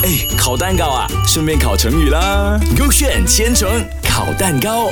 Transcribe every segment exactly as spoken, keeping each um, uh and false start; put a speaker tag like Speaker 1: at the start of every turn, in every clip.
Speaker 1: 哎，烤蛋糕啊，顺便烤成语啦。勾选千层烤蛋糕。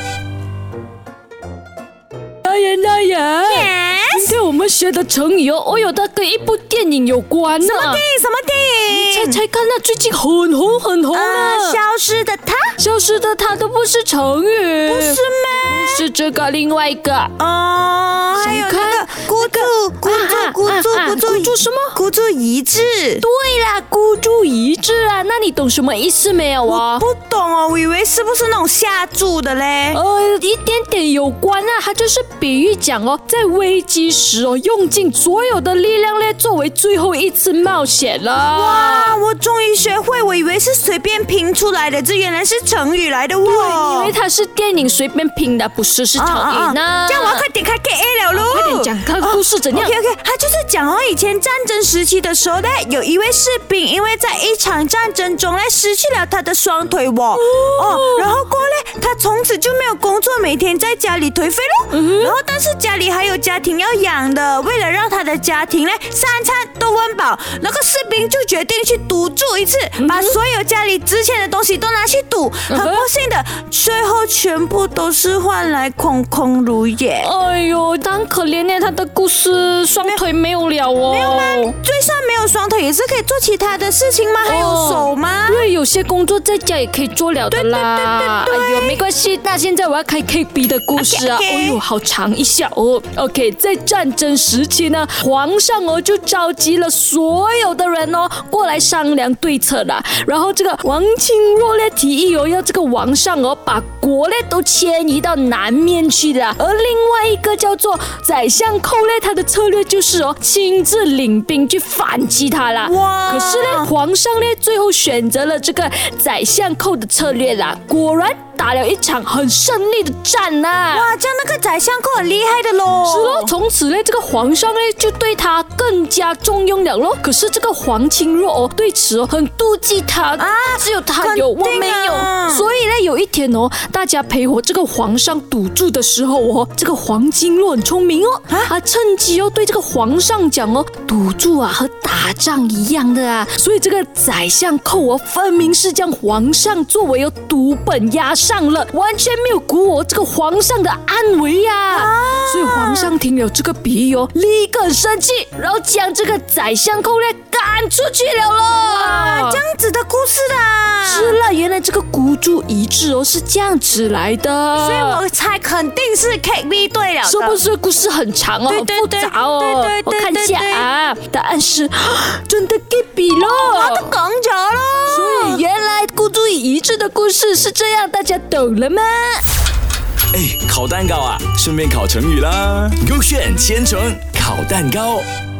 Speaker 2: 大爷大爷，
Speaker 3: Yes
Speaker 2: 今天我们学的成语哦，哦哟，它跟一部电影有关呢、
Speaker 3: 什么电影？什么电影？
Speaker 2: 猜猜看，那最近很红很红啊！
Speaker 3: 呃，消失的她，
Speaker 2: 消失的她都不是成语，
Speaker 3: 不是吗？
Speaker 2: 是这个另外一个。
Speaker 3: 哦，还有那个孤注，孤注，孤注，孤注，
Speaker 2: 孤注什么？
Speaker 3: 孤注一掷。
Speaker 2: 对啦，孤注一掷啊！那你懂什么意思没有啊？
Speaker 3: 不懂哦，我以为是不是那种下注的嘞？
Speaker 2: 呃，一点点有关啊，它就是比喻讲哦，在危机时哦，用尽所有的力量嘞，作为最后一次冒险了。
Speaker 3: 哇，我终于学会，我以为是随便拼出来的，这原来是成语来的
Speaker 2: 对，
Speaker 3: 哦。
Speaker 2: 因为它是电影随便拼的，不是是成语呢。
Speaker 3: 这样我要快点开 K A 了喽！
Speaker 2: 快点讲看故事怎样
Speaker 3: ？OK OK， 他就是讲哦，以前战争时期的时候呢，有一位士兵因为在一场战争中呢失去了他的双腿哦，哦，然后过后呢，他从此就没有工作，每天在家里颓废咯。嗯、然后但是家里还有家庭要养的，为了让他的家庭呢三餐都温饱，那个士兵就决定去赌注一次，嗯、把所有家里值钱的东西都拿去赌。很不幸的，最后全部都是换来空空如也。
Speaker 2: 哎呦，他很可怜呢，他的故事双腿没有了哦。
Speaker 3: 没有吗？就算没有双腿，也是可以做其他的事情吗？还有手吗？
Speaker 2: 对，有些工作在家也可以做了的啦。
Speaker 3: 对对对对对。
Speaker 2: 哎呦，没关系，那现在我要开 K B 的故事啊。哎呦，好长一下哦。OK， 在战争时期呢，皇上哦就召集了所有的人哦过来商量对策啦。然后这个王钦若呢提议哦，要这个王上哦把国呢都迁移到南面去的。而另外一个叫做宰相寇呢，他的策略就是哦亲自领兵去反击他啦。
Speaker 3: 哇！
Speaker 2: 可是呢，皇上呢最后选择了这个宰相寇的策略啦，果然打了一场很胜利的战呐、啊！
Speaker 3: 哇，这样那个宰相寇很厉害的咯。
Speaker 2: 是咯，从此呢，这个皇上呢就对他更加重用了咯。可是这个皇钦若哦对此哦很妒忌他啊，只有他有、啊、我没有，所以呢有一天哦，大家陪我这个皇上赌注的时候哦，这个皇钦若很聪明哦，啊，他趁机哦对这个皇上讲哦，赌注啊和打仗一样的啊，所以这个宰相寇哦分明是将皇上作为哦赌本压上了，完全没有顾我这个皇上的安危呀、啊啊！所以皇上听了这个比喻哦，立刻生气，然后将这个宰相寇呢赶出去了咯。
Speaker 3: 哇，这样子的故事啦！
Speaker 2: 是啦，原来这个孤注一掷哦是这样子来的，
Speaker 3: 所以我猜肯定是 K B 对了的，
Speaker 2: 是不是？故事很长哦，
Speaker 3: 对对对
Speaker 2: 很复杂哦。
Speaker 3: 对对对
Speaker 2: 我看一下啊，答案是真的 K B 咯，
Speaker 3: 我都讲咗咯。
Speaker 2: 所以原来孤注一掷的故事是这样，大家懂了吗？
Speaker 1: 哎，烤蛋糕啊，顺便烤成语啦。勾选千层烤蛋糕。